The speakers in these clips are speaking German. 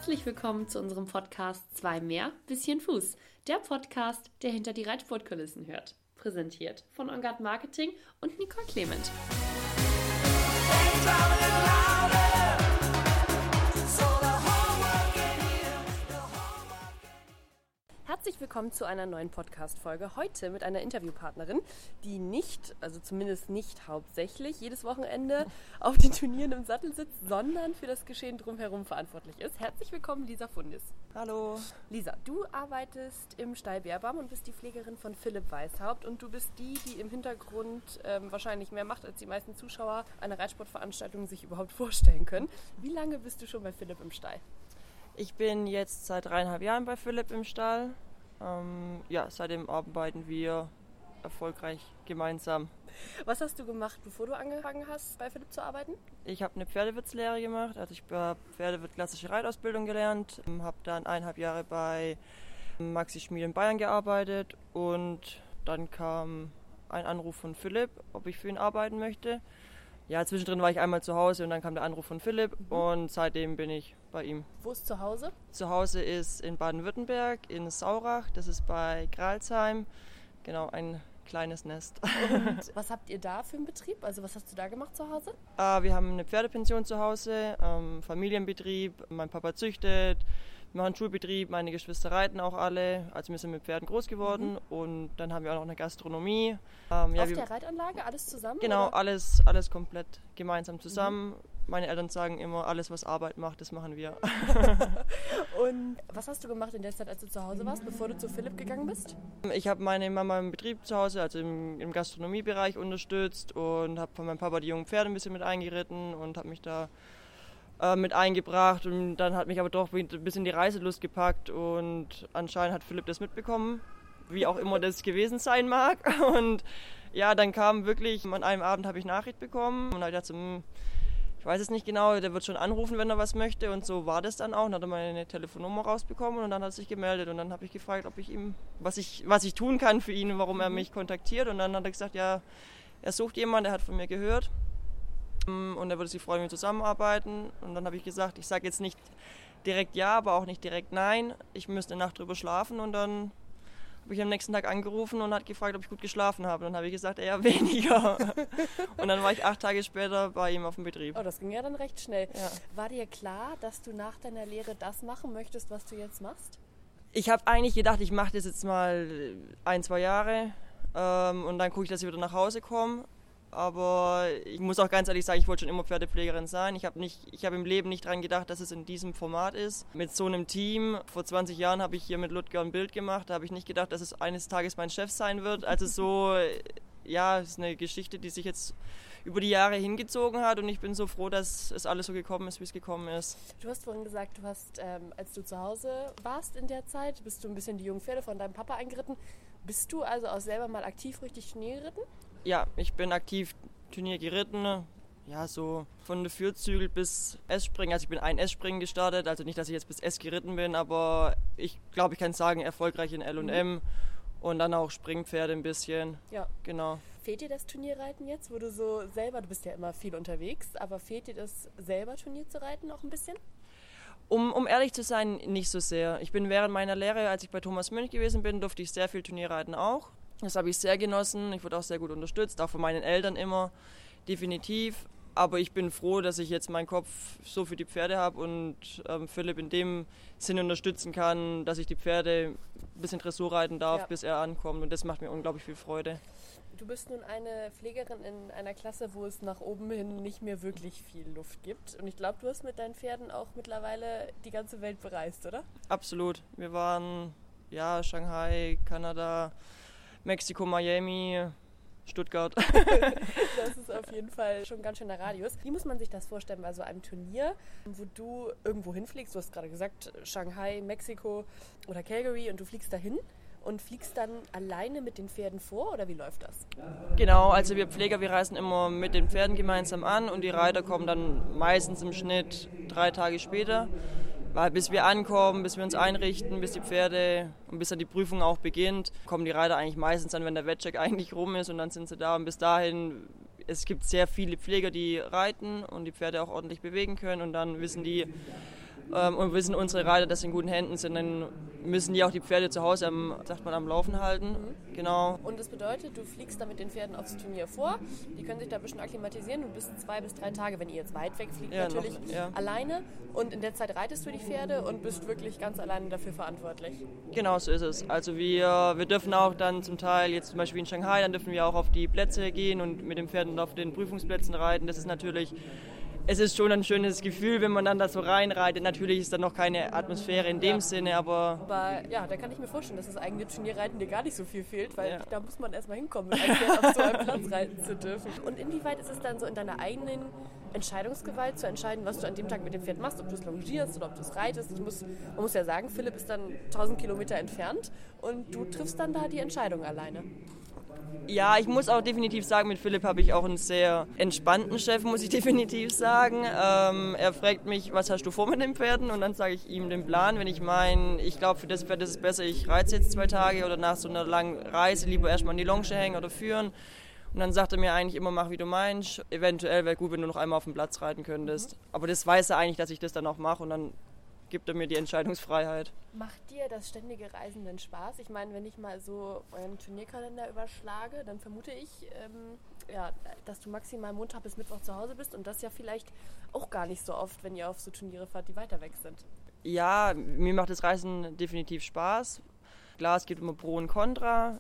Herzlich willkommen zu unserem Podcast 2 mehr, bisschen Fuß. Der Podcast, der hinter die Reitsportkulissen hört. Präsentiert von OnGuard Marketing und Nicole Clement. Herzlich willkommen zu einer neuen Podcast-Folge. Heute mit einer Interviewpartnerin, die nicht, also zumindest nicht hauptsächlich, jedes Wochenende auf den Turnieren im Sattel sitzt, sondern für das Geschehen drumherum verantwortlich ist. Herzlich willkommen, Lisa Fundis. Hallo. Lisa, du arbeitest im Stall Beerbaum und bist die Pflegerin von Philipp Weishaupt und du bist die im Hintergrund wahrscheinlich mehr macht, als die meisten Zuschauer einer Reitsportveranstaltung sich überhaupt vorstellen können. Wie lange bist du schon bei Philipp im Stall? Ich bin jetzt seit 3,5 Jahren bei Philipp im Stall. Seitdem arbeiten wir erfolgreich gemeinsam. Was hast du gemacht, bevor du angefangen hast, bei Philipp zu arbeiten? Ich habe eine Pferdewirtslehre gemacht, also ich habe Pferdewirt klassische Reitausbildung gelernt, habe dann 1,5 Jahre bei Maxi Schmid in Bayern gearbeitet und dann kam ein Anruf von Philipp, ob ich für ihn arbeiten möchte. Ja, zwischendrin war ich einmal zu Hause und dann kam der Anruf von Philipp und seitdem bin ich bei ihm. Wo ist zu Hause? Zu Hause ist in Baden-Württemberg, in Saurach, das ist bei Gralsheim, genau, ein kleines Nest. Und was habt ihr da für einen Betrieb? Also was hast du da gemacht zu Hause? Wir haben eine Pferdepension zu Hause, Familienbetrieb, mein Papa züchtet, wir machen Schulbetrieb, meine Geschwister reiten auch alle, also wir sind mit Pferden groß geworden und dann haben wir auch noch eine Gastronomie. Auf der Reitanlage, alles zusammen? Genau, oder? alles komplett gemeinsam zusammen. Meine Eltern sagen immer, alles was Arbeit macht, das machen wir. Und was hast du gemacht in der Zeit, als du zu Hause warst, bevor du zu Philipp gegangen bist? Ich habe meine Mama im Betrieb zu Hause, also im Gastronomiebereich unterstützt und habe von meinem Papa die jungen Pferde ein bisschen mit eingeritten und habe mich da mit eingebracht und dann hat mich aber doch ein bisschen die Reiselust gepackt und anscheinend hat Philipp das mitbekommen, wie auch immer das gewesen sein mag. Und ja, dann kam wirklich, an einem Abend habe ich Nachricht bekommen und da dachte ich, ich weiß es nicht genau, der wird schon anrufen, wenn er was möchte und so war das dann auch. Dann hat er meine Telefonnummer rausbekommen und dann hat er sich gemeldet und dann habe ich gefragt, ob ich ihm, was ich tun kann für ihn, warum er mich kontaktiert und dann hat er gesagt, ja, er sucht jemanden, der hat von mir gehört. Und er würde sich freuen, wenn wir zusammenarbeiten. Und dann habe ich gesagt, ich sage jetzt nicht direkt ja, aber auch nicht direkt nein. Ich müsste eine Nacht drüber schlafen. Und dann habe ich am nächsten Tag angerufen und hat gefragt, ob ich gut geschlafen habe. Und dann habe ich gesagt, eher weniger. Und dann war ich 8 Tage später bei ihm auf dem Betrieb. Oh, das ging ja dann recht schnell. Ja. War dir klar, dass du nach deiner Lehre das machen möchtest, was du jetzt machst? Ich habe eigentlich gedacht, ich mache das jetzt mal 1-2 Jahre. Und dann gucke ich, dass ich wieder nach Hause komme. Aber ich muss auch ganz ehrlich sagen, ich wollte schon immer Pferdepflegerin sein. Ich habe im Leben nicht daran gedacht, dass es in diesem Format ist. Mit so einem Team, vor 20 Jahren habe ich hier mit Ludger ein Bild gemacht, da habe ich nicht gedacht, dass es eines Tages mein Chef sein wird. Also so, ja, es ist eine Geschichte, die sich jetzt über die Jahre hingezogen hat und ich bin so froh, dass es alles so gekommen ist, wie es gekommen ist. Du hast vorhin gesagt, du hast, als du zu Hause warst in der Zeit, bist du ein bisschen die jungen Pferde von deinem Papa eingeritten. Bist du also auch selber mal aktiv richtig Turnier geritten? Ja, ich bin aktiv Turnier geritten, ja so von der Fürzügel bis S-Springen. Also ich bin ein S-Springen gestartet, also nicht, dass ich jetzt bis S geritten bin, aber ich glaube, ich kann sagen, erfolgreich in L&M und dann auch Springpferde ein bisschen. Ja. Genau. Fehlt dir das Turnierreiten jetzt, wo du so selber, du bist ja immer viel unterwegs, aber fehlt dir das selber Turnier zu reiten auch ein bisschen? Um ehrlich zu sein, nicht so sehr. Ich bin während meiner Lehre, als ich bei Thomas Münch gewesen bin, durfte ich sehr viel Turnierreiten auch. Das habe ich sehr genossen. Ich wurde auch sehr gut unterstützt, auch von meinen Eltern immer, definitiv. Aber ich bin froh, dass ich jetzt meinen Kopf so für die Pferde habe und Philipp in dem Sinne unterstützen kann, dass ich die Pferde ein bisschen Dressur reiten darf, bis er ankommt. Und das macht mir unglaublich viel Freude. Du bist nun eine Pflegerin in einer Klasse, wo es nach oben hin nicht mehr wirklich viel Luft gibt. Und ich glaube, du hast mit deinen Pferden auch mittlerweile die ganze Welt bereist, oder? Absolut. Wir waren Shanghai, Kanada, Mexiko, Miami, Stuttgart. Das ist auf jeden Fall schon ein ganz schöner Radius. Wie muss man sich das vorstellen bei so einem Turnier, wo du irgendwo hinfliegst? Du hast gerade gesagt, Shanghai, Mexiko oder Calgary und du fliegst dahin und fliegst dann alleine mit den Pferden vor oder wie läuft das? Genau, also wir Pfleger, wir reisen immer mit den Pferden gemeinsam an und die Reiter kommen dann meistens im Schnitt 3 Tage später. Weil bis wir ankommen, bis wir uns einrichten, bis die Pferde und bis dann die Prüfung auch beginnt, kommen die Reiter eigentlich meistens dann, wenn der Wettcheck eigentlich rum ist und dann sind sie da. Und bis dahin, es gibt sehr viele Pfleger, die reiten und die Pferde auch ordentlich bewegen können und dann wissen die, und wissen unsere Reiter, dass sie in guten Händen sind, dann müssen die auch die Pferde zu Hause am Laufen halten. Genau. Und das bedeutet, du fliegst dann mit den Pferden aufs Turnier vor, die können sich da ein bisschen akklimatisieren, du bist 2 bis 3 Tage, wenn ihr jetzt weit weg fliegt, natürlich alleine, und in der Zeit reitest du die Pferde und bist wirklich ganz alleine dafür verantwortlich. Genau, so ist es. Also wir dürfen auch dann zum Teil, jetzt zum Beispiel in Shanghai, dann dürfen wir auch auf die Plätze gehen und mit den Pferden auf den Prüfungsplätzen reiten. Das ist natürlich, es ist schon ein schönes Gefühl, wenn man dann da so reinreitet. Natürlich ist da noch keine Atmosphäre in dem Sinne, aber ja, da kann ich mir vorstellen, dass das eigene Turnierreiten dir gar nicht so viel fehlt, weil da muss man erstmal hinkommen, mit einem Pferd auf so einem Platz reiten zu dürfen. Und inwieweit ist es dann so in deiner eigenen Entscheidungsgewalt zu entscheiden, was du an dem Tag mit dem Pferd machst, ob du es longierst oder ob du es reitest? Man muss ja sagen, Philipp ist dann 1000 Kilometer entfernt und du triffst dann da die Entscheidung alleine. Ja, ich muss auch definitiv sagen, mit Philipp habe ich auch einen sehr entspannten Chef, muss ich definitiv sagen. Er fragt mich, was hast du vor mit den Pferden? Und dann sage ich ihm den Plan. Wenn ich meine, ich glaube, für das Pferd ist es besser, ich reite jetzt 2 Tage oder nach so einer langen Reise lieber erstmal an die Longe hängen oder führen. Und dann sagt er mir eigentlich immer, mach wie du meinst. Eventuell wäre gut, wenn du noch einmal auf dem Platz reiten könntest. Aber das weiß er eigentlich, dass ich das dann auch mache und dann gibt er mir die Entscheidungsfreiheit. Macht dir das ständige Reisen denn Spaß? Ich meine, wenn ich mal so euren Turnierkalender überschlage, dann vermute ich, dass du maximal Montag bis Mittwoch zu Hause bist und das ja vielleicht auch gar nicht so oft, wenn ihr auf so Turniere fahrt, die weiter weg sind. Ja, mir macht das Reisen definitiv Spaß. Klar, es gibt immer Pro und Contra.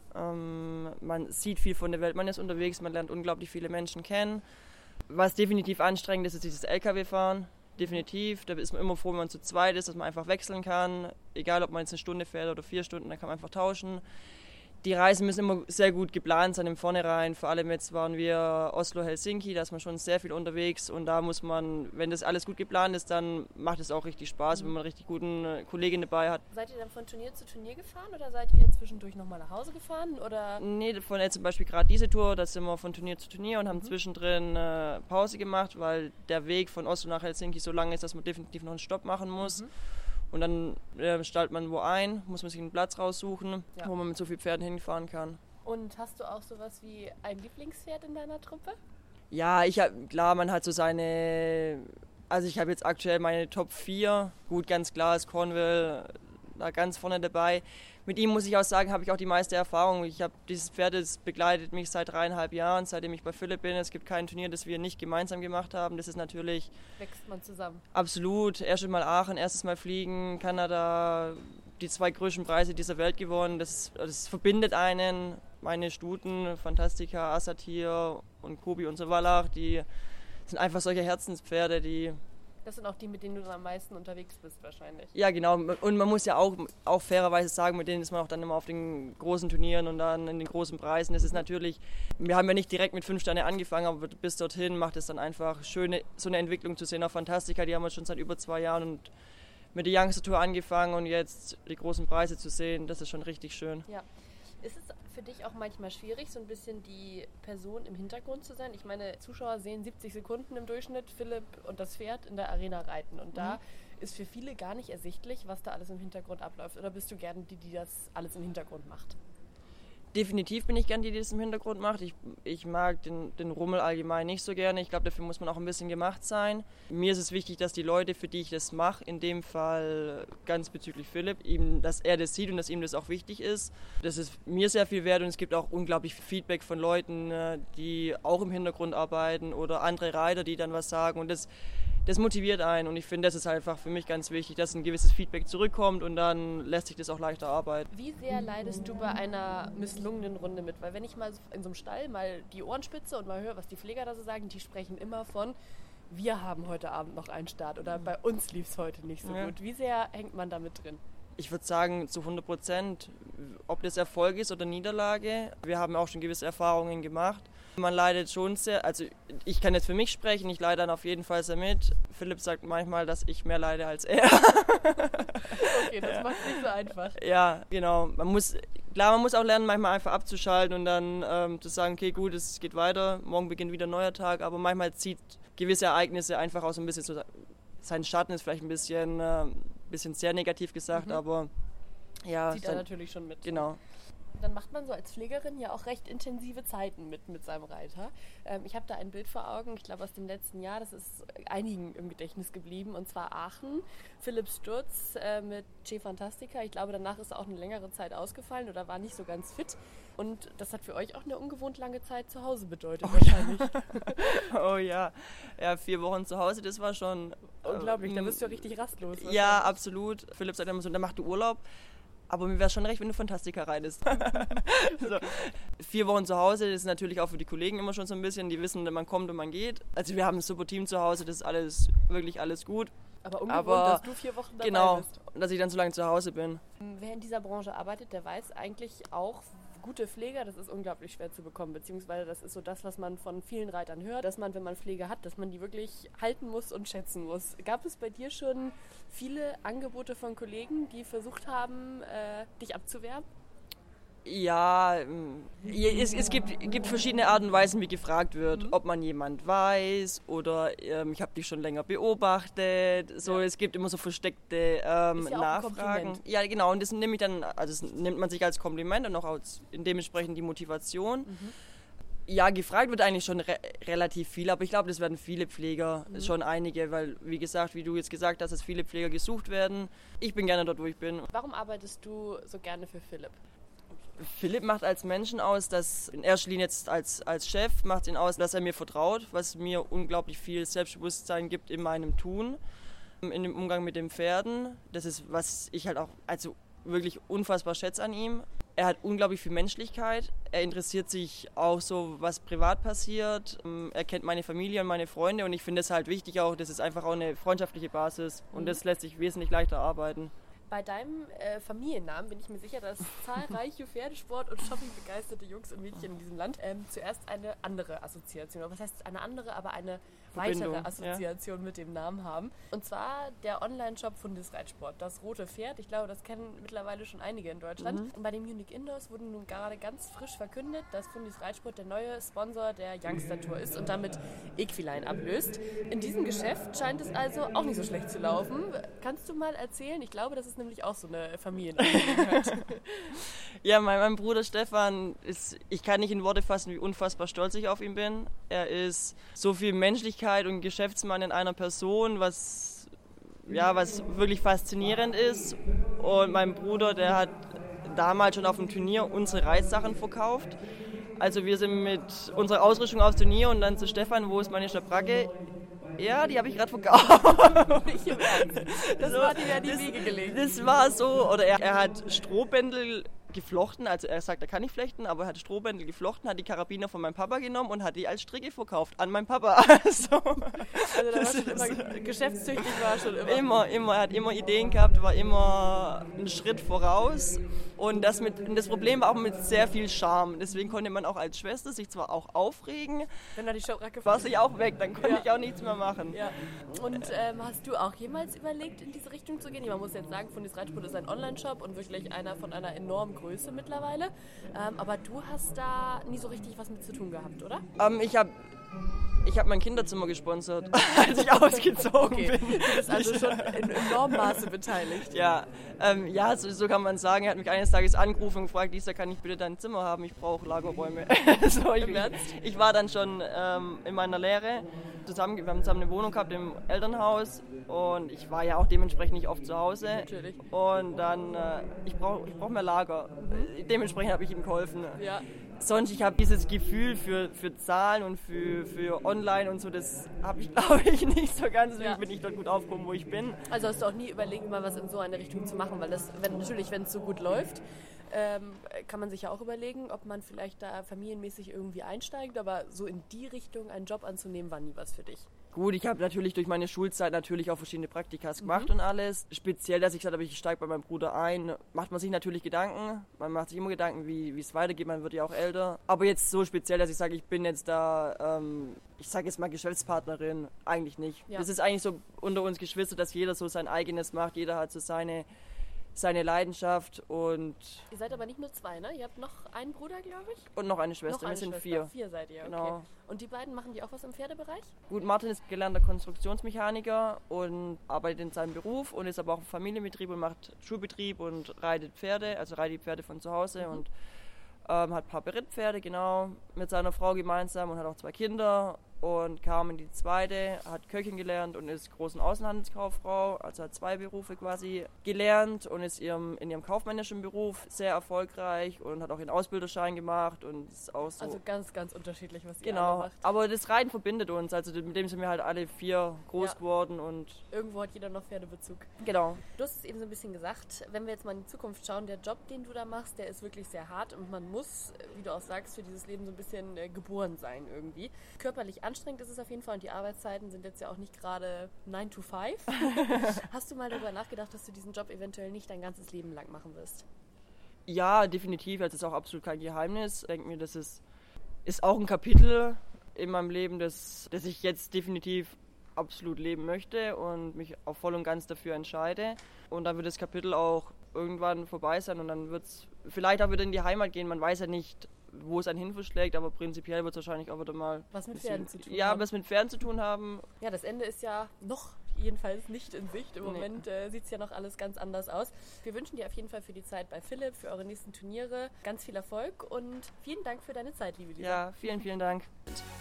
Man sieht viel von der Welt, man ist unterwegs, man lernt unglaublich viele Menschen kennen. Was definitiv anstrengend ist, ist dieses LKW-Fahren. Definitiv, da ist man immer froh, wenn man zu zweit ist, dass man einfach wechseln kann. Egal, ob man jetzt 1 Stunde fährt oder 4 Stunden, dann kann man einfach tauschen. Die Reisen müssen immer sehr gut geplant sein im Vornherein. Vor allem jetzt waren wir Oslo-Helsinki, da ist man schon sehr viel unterwegs und da muss man, wenn das alles gut geplant ist, dann macht es auch richtig Spaß, wenn man einen richtig guten Kollegen dabei hat. Seid ihr dann von Turnier zu Turnier gefahren oder seid ihr zwischendurch nochmal nach Hause gefahren? Oder? Nee, von jetzt zum Beispiel gerade diese Tour, da sind wir von Turnier zu Turnier und haben zwischendrin Pause gemacht, weil der Weg von Oslo nach Helsinki so lang ist, dass man definitiv noch einen Stopp machen muss. Und dann stellt man wo ein, muss man sich einen Platz raussuchen, wo man mit so vielen Pferden hinfahren kann. Und hast du auch sowas wie ein Lieblingspferd in deiner Truppe? Ja, klar, man hat so seine, also ich habe jetzt aktuell meine Top 4. Gut, ganz klar ist Cornwall da ganz vorne dabei. Mit ihm muss ich auch sagen, habe ich auch die meiste Erfahrung. Dieses Pferd, das begleitet mich seit 3,5 Jahren, seitdem ich bei Philipp bin. Es gibt kein Turnier, das wir nicht gemeinsam gemacht haben. Das ist natürlich... Wächst man zusammen. Absolut. Erstes Mal Aachen, erstes Mal Fliegen, Kanada, die 2 größten Preise dieser Welt gewonnen. Das verbindet einen. Meine Stuten, Fantastica, Assatir und Kobi und so Wallach, die sind einfach solche Herzenspferde, die... Das sind auch die, mit denen du dann am meisten unterwegs bist wahrscheinlich. Ja, genau. Und man muss ja auch fairerweise sagen, mit denen ist man auch dann immer auf den großen Turnieren und dann in den großen Preisen. Das ist natürlich, wir haben ja nicht direkt mit 5 Sterne angefangen, aber bis dorthin macht es dann einfach schöne, so eine Entwicklung zu sehen. Auf Fantastica, die haben wir schon seit über 2 Jahren und mit der Youngster Tour angefangen und jetzt die großen Preise zu sehen, das ist schon richtig schön. Ja. Ist es für dich auch manchmal schwierig, so ein bisschen die Person im Hintergrund zu sein? Ich meine, Zuschauer sehen 70 Sekunden im Durchschnitt Philipp und das Pferd in der Arena reiten. Und da ist für viele gar nicht ersichtlich, was da alles im Hintergrund abläuft. Oder bist du gerne die das alles im Hintergrund macht? Definitiv bin ich gern die das im Hintergrund macht. Ich mag den Rummel allgemein nicht so gerne. Ich glaube, dafür muss man auch ein bisschen gemacht sein. Mir ist es wichtig, dass die Leute, für die ich das mache, in dem Fall ganz bezüglich Philipp, dass er das sieht und dass ihm das auch wichtig ist. Das ist mir sehr viel wert und es gibt auch unglaublich Feedback von Leuten, die auch im Hintergrund arbeiten oder andere Reiter, die dann was sagen und das motiviert einen und ich finde, das ist einfach für mich ganz wichtig, dass ein gewisses Feedback zurückkommt und dann lässt sich das auch leichter arbeiten. Wie sehr leidest du bei einer misslungenen Runde mit? Weil wenn ich mal in so einem Stall mal die Ohren spitze und mal höre, was die Pfleger da so sagen, die sprechen immer von, wir haben heute Abend noch einen Start oder bei uns lief es heute nicht so gut. Wie sehr hängt man damit drin? Ich würde sagen, zu 100%, ob das Erfolg ist oder Niederlage. Wir haben auch schon gewisse Erfahrungen gemacht. Man leidet schon sehr, also ich kann jetzt für mich sprechen, ich leide dann auf jeden Fall sehr mit. Philipp sagt manchmal, dass ich mehr leide als er. Okay, das macht es nicht so einfach. Ja, genau. Man muss auch lernen, manchmal einfach abzuschalten und dann zu sagen, okay, gut, es geht weiter, morgen beginnt wieder ein neuer Tag, aber manchmal zieht gewisse Ereignisse einfach auch so ein bisschen so, sein Schatten ist vielleicht ein bisschen sehr negativ gesagt, aber ja. Zieht er natürlich schon mit. Genau. dann macht man so als Pflegerin ja auch recht intensive Zeiten mit seinem Reiter. Ich habe da ein Bild vor Augen, ich glaube aus dem letzten Jahr, das ist einigen im Gedächtnis geblieben, und zwar Aachen. Philipp Sturz mit Che Fantastica. Ich glaube, danach ist er auch eine längere Zeit ausgefallen oder war nicht so ganz fit. Und das hat für euch auch eine ungewohnt lange Zeit zu Hause bedeutet wahrscheinlich. Oh ja. Ja, 4 Wochen zu Hause, das war schon... Unglaublich, da bist du ja richtig rastlos. Ja, absolut. Philipp sagt immer so, dann mach du Urlaub. Aber mir wäre schon recht, wenn du Fantastica reitest. So. 4 Wochen zu Hause, das ist natürlich auch für die Kollegen immer schon so ein bisschen, die wissen, man kommt und man geht. Also wir haben ein super Team zu Hause, das ist wirklich alles gut. Aber ungewohnt, dass du 4 Wochen dabei bist. Genau, dass ich dann so lange zu Hause bin. Wer in dieser Branche arbeitet, der weiß eigentlich auch, gute Pfleger, das ist unglaublich schwer zu bekommen, beziehungsweise das ist so das, was man von vielen Reitern hört, dass man, wenn man Pflege hat, dass man die wirklich halten muss und schätzen muss. Gab es bei dir schon viele Angebote von Kollegen, die versucht haben, dich abzuwerben? Ja, es gibt verschiedene Arten und Weisen, wie gefragt wird, ob man jemand weiß oder ich habe dich schon länger beobachtet. So, es gibt immer so versteckte ist ja Nachfragen. Auch ein Ja, genau, und das nehme ich dann, also das nimmt man sich als Kompliment und auch als dementsprechend die Motivation. Ja, gefragt wird eigentlich schon relativ viel, aber ich glaube, das werden viele Pfleger, schon einige, weil, wie gesagt, wie du jetzt gesagt hast, dass viele Pfleger gesucht werden. Ich bin gerne dort, wo ich bin. Warum arbeitest du so gerne für Philipp? Philipp macht als Menschen aus, dass in erster Linie jetzt als Chef macht ihn aus, dass er mir vertraut, was mir unglaublich viel Selbstbewusstsein gibt in meinem Tun, in dem Umgang mit den Pferden. Das ist, was ich halt auch also wirklich unfassbar schätze an ihm. Er hat unglaublich viel Menschlichkeit. Er interessiert sich auch so, was privat passiert. Er kennt meine Familie und meine Freunde und ich finde es halt wichtig auch, das ist einfach auch eine freundschaftliche Basis und das lässt sich wesentlich leichter arbeiten. Bei deinem Familiennamen bin ich mir sicher, dass zahlreiche Pferdesport- und Shopping-begeisterte Jungs und Mädchen in diesem Land zuerst eine andere Assoziation, was heißt eine andere, aber eine weitere Assoziation mit dem Namen haben. Und zwar der Online-Shop Fundis Reitsport, das rote Pferd. Ich glaube, das kennen mittlerweile schon einige in Deutschland. Und bei den Munich Indoors wurde nun gerade ganz frisch verkündet, dass Fundis Reitsport der neue Sponsor der Youngster Tour ist und damit Equiline ablöst. In diesem Geschäft scheint es also auch nicht so schlecht zu laufen. Kannst du mal erzählen? Ich glaube, das ist nämlich auch so eine Familienangelegenheit. Ja, mein Bruder Stefan ich kann nicht in Worte fassen, wie unfassbar stolz ich auf ihn bin. Er ist so viel Menschlichkeit und Geschäftsmann in einer Person, was wirklich faszinierend ist. Und mein Bruder, der hat damals schon auf dem Turnier unsere Reitsachen verkauft. Also wir sind mit unserer Ausrüstung aufs Turnier und dann zu Stefan, wo ist meine Schabracke? Ja, die habe ich gerade verkauft. Nicht im Ernst. Das war dir ja die Wiege gelegt. Das war so. Oder er hat Strohbändel geflochten, also er sagt, er kann nicht flechten, aber er hat Strohbändel geflochten, hat die Karabiner von meinem Papa genommen und hat die als Stricke verkauft an meinen Papa. Also da war schon immer, geschäftstüchtig war schon immer. Immer, er hat immer Ideen gehabt, war immer einen Schritt voraus und das Problem war auch mit sehr viel Charme, deswegen konnte man auch als Schwester sich zwar auch aufregen, wenn er die Schabracke war ich auch weg, dann konnte ich auch nichts mehr machen. Ja. Und hast du auch jemals überlegt, in diese Richtung zu gehen? Man muss jetzt sagen, Fundis Reitsport ist ein Online-Shop und wirklich einer von einer enormen Größe mittlerweile. Aber du hast da nie so richtig was mit zu tun gehabt, oder? Ich hab mein Kinderzimmer gesponsert, als ich ausgezogen bin. Du bist also schon in enormem Maße beteiligt. Ja, so kann man sagen. Er hat mich eines Tages angerufen und gefragt, Lisa, kann ich bitte dein Zimmer haben? Ich brauche Lagerräume. Ich war dann schon in meiner Lehre. Wir haben zusammen eine Wohnung gehabt im Elternhaus und ich war ja auch dementsprechend nicht oft zu Hause. Natürlich. Und dann, ich brauch mehr Lager. Dementsprechend habe ich ihm geholfen. Ja. Sonst, ich habe dieses Gefühl für Zahlen und für Online und so, das habe ich, glaube ich, nicht so ganz. Deswegen bin ich dort gut aufgehoben, wo ich bin. Also hast du auch nie überlegt, mal was in so eine Richtung zu machen, weil wenn es so gut läuft, kann man sich ja auch überlegen, ob man vielleicht da familienmäßig irgendwie einsteigt, aber so in die Richtung einen Job anzunehmen, war nie was für dich. Gut, ich habe natürlich durch meine Schulzeit natürlich auch verschiedene Praktikas gemacht und alles. Speziell, dass ich gesagt habe, ich steige bei meinem Bruder ein, macht man sich natürlich Gedanken. Man macht sich immer Gedanken, wie es weitergeht, man wird ja auch älter. Aber jetzt so speziell, dass ich sage, ich bin jetzt da, ich sage jetzt mal Geschäftspartnerin, eigentlich nicht. Ja. Das ist eigentlich so unter uns Geschwister, dass jeder so sein eigenes macht, jeder hat so seine Leidenschaft und... Ihr seid aber nicht nur 2, ne? Ihr habt noch einen Bruder, glaube ich? Und noch eine Schwester, wir sind 4. 4 seid ihr, okay. Genau. Und die beiden machen die auch was im Pferdebereich? Gut, Martin ist gelernter Konstruktionsmechaniker und arbeitet in seinem Beruf und ist aber auch im Familienbetrieb und macht Schulbetrieb und reitet Pferde, also reitet die Pferde von zu Hause und hat ein paar Berittpferde, genau, mit seiner Frau gemeinsam und hat auch 2 Kinder. Und kam in die zweite, hat Köchin gelernt und ist großen Außenhandelskauffrau, also hat 2 Berufe quasi gelernt und ist in ihrem kaufmännischen Beruf sehr erfolgreich und hat auch ihren Ausbilderschein gemacht und ist auch so. Also ganz, ganz unterschiedlich, was ihr Genau, macht. aber das Reiten verbindet uns, also mit dem sind wir halt alle 4 groß geworden und irgendwo hat jeder noch Pferdebezug. Genau. Du hast es eben so ein bisschen gesagt, wenn wir jetzt mal in die Zukunft schauen, der Job, den du da machst, der ist wirklich sehr hart und man muss, wie du auch sagst, für dieses Leben so ein bisschen geboren sein irgendwie. Körperlich anstrengend ist es auf jeden Fall und die Arbeitszeiten sind jetzt ja auch nicht gerade 9 to 5. Hast du mal darüber nachgedacht, dass du diesen Job eventuell nicht dein ganzes Leben lang machen wirst? Ja, definitiv. Das ist auch absolut kein Geheimnis. Ich denke mir, das ist auch ein Kapitel in meinem Leben, das ich jetzt definitiv absolut leben möchte und mich auch voll und ganz dafür entscheide. Und dann wird das Kapitel auch irgendwann vorbei sein und dann wird es vielleicht auch wieder in die Heimat gehen. Man weiß ja nicht, wo es einen hin verschlägt, aber prinzipiell wird es wahrscheinlich auch wieder mal was mit Pferden zu tun haben. Ja, was mit Pferden zu tun haben. Ja, das Ende ist ja noch jedenfalls nicht in Sicht. Im Moment sieht es ja noch alles ganz anders aus. Wir wünschen dir auf jeden Fall für die Zeit bei Philipp, für eure nächsten Turniere ganz viel Erfolg und vielen Dank für deine Zeit, liebe Lisa. Ja, vielen, vielen Dank.